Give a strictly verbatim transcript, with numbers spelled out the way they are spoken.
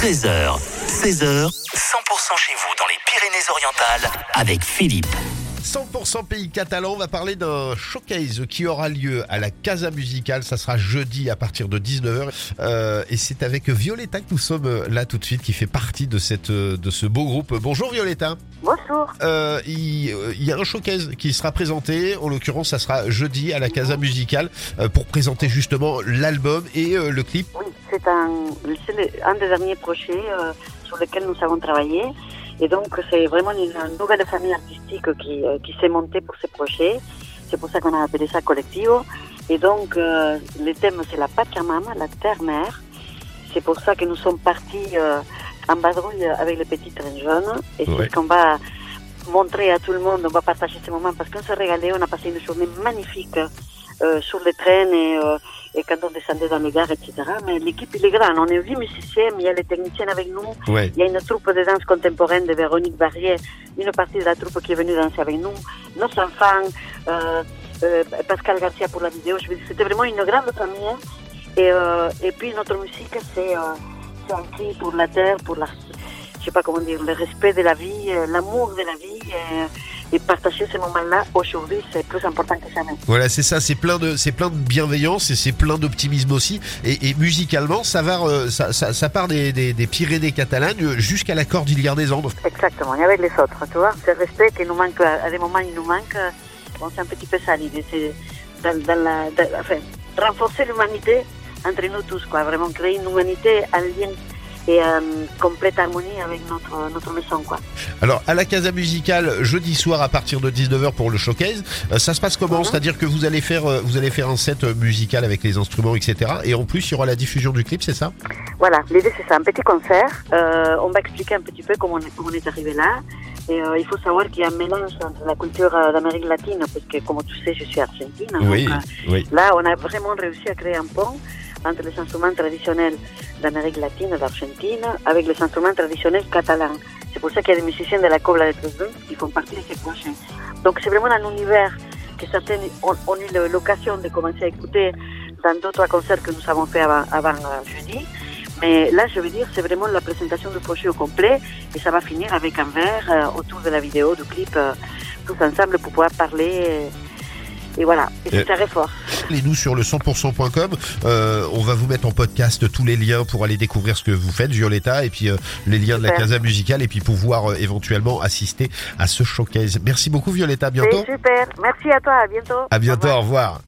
treize heures, seize heures, cent pour cent chez vous dans les Pyrénées-Orientales avec Philippe. cent pour cent pays catalan, on va parler d'un showcase qui aura lieu à la Casa Musicale. Ça sera jeudi à partir de dix-neuf heures. Euh, et c'est avec Violetta que nous sommes là tout de suite, qui fait partie de, cette, de ce beau groupe. Bonjour Violetta. Bonjour. Euh, il, il y a un showcase qui sera présenté. En l'occurrence, ça sera jeudi à la Casa Musicale euh, pour présenter justement l'album et euh, le clip. Oui, c'est un, c'est le- un des derniers projets euh, sur lesquels nous avons travaillé. Et donc, c'est vraiment une, une nouvelle famille artistique qui, euh, qui s'est montée pour ce projet. C'est pour ça qu'on a appelé ça Collectivo. Et donc, euh, le thème, c'est la Pachamama, la terre-mère. C'est pour ça que nous sommes partis euh, en vadrouille avec les petits trains jaunes. Et Ouais. c'est ce qu'on va montrer à tout le monde. On va partager ce moment parce qu'on s'est régalé. On a passé une journée magnifique euh, sur les trains et, euh, et quand on descendait dans les gares, et cetera. Mais l'équipe, il est grande. On est huit musiciens, mais il y a les techniciens avec nous. Ouais. Il y a une troupe de danse contemporaine de Véronique Barrier, une partie de la troupe qui est venue danser avec nous, nos enfants, euh, euh, Pascal Garcia pour la vidéo. Je veux dire, c'était vraiment une grande famille. Et, euh, et puis notre musique, c'est, euh, c'est un cri pour la terre, pour la, je sais pas comment dire, le respect de la vie, euh, l'amour de la vie. Et, et partager ce moment-là aujourd'hui, c'est plus important que jamais. Voilà, c'est ça, c'est plein de, c'est plein de bienveillance et c'est plein d'optimisme aussi. Et, et musicalement, ça va, euh, ça, ça, ça part des, des, des Pyrénées catalanes jusqu'à la Cordillère des Andes. Exactement, et avec les autres, tu vois. Ce respect qui nous manque, à des moments il nous manque, bon, c'est un petit peu ça l'idée, c'est dans, dans la, dans- enfin, renforcer l'humanité entre nous tous, quoi. Vraiment créer une humanité en lien et en complète harmonie avec notre, notre maison, quoi. Alors, à la Casa Musicale, jeudi soir à partir de dix-neuf heures pour le showcase, euh, ça se passe comment? Mhm. C'est-à-dire que vous allez faire, euh, vous allez faire un set euh, musical avec les instruments, et cetera. Et en plus, il y aura la diffusion du clip, c'est ça? Voilà, l'idée c'est ça, un petit concert. Euh, on va expliquer un petit peu comment on est, comment on est arrivé là. Et euh, il faut savoir qu'il y a un mélange entre la culture euh, d'Amérique latine, parce que comme tu sais, je suis argentine. Oui, donc, euh, oui. là, on a vraiment réussi à créer un pont entre les instruments traditionnels d'Amérique latine, d'Argentine, avec les instruments traditionnels catalans. C'est pour ça qu'il y a des musiciens de la Cobla de Tresdon qui font partie de ce projet. Donc c'est vraiment un univers que certains ont, ont eu le- l'occasion de commencer à écouter dans d'autres concerts que nous avons fait avant, avant euh, jeudi. Mais là, je veux dire, c'est vraiment la présentation du projet au complet et ça va finir avec un verre euh, autour de la vidéo, du clip, euh, tous ensemble pour pouvoir parler. Et, et voilà, et c'est Euh, très fort. Et nous sur le cent pour cent point com, euh, on va vous mettre en podcast tous les liens pour aller découvrir ce que vous faites, Violetta, et puis euh, les liens de la Super. Casa Musicale, et puis pouvoir euh, éventuellement assister à ce showcase. Merci beaucoup Violetta, à bientôt. C'est super. Merci à toi, à bientôt. À bientôt, Au revoir. au revoir.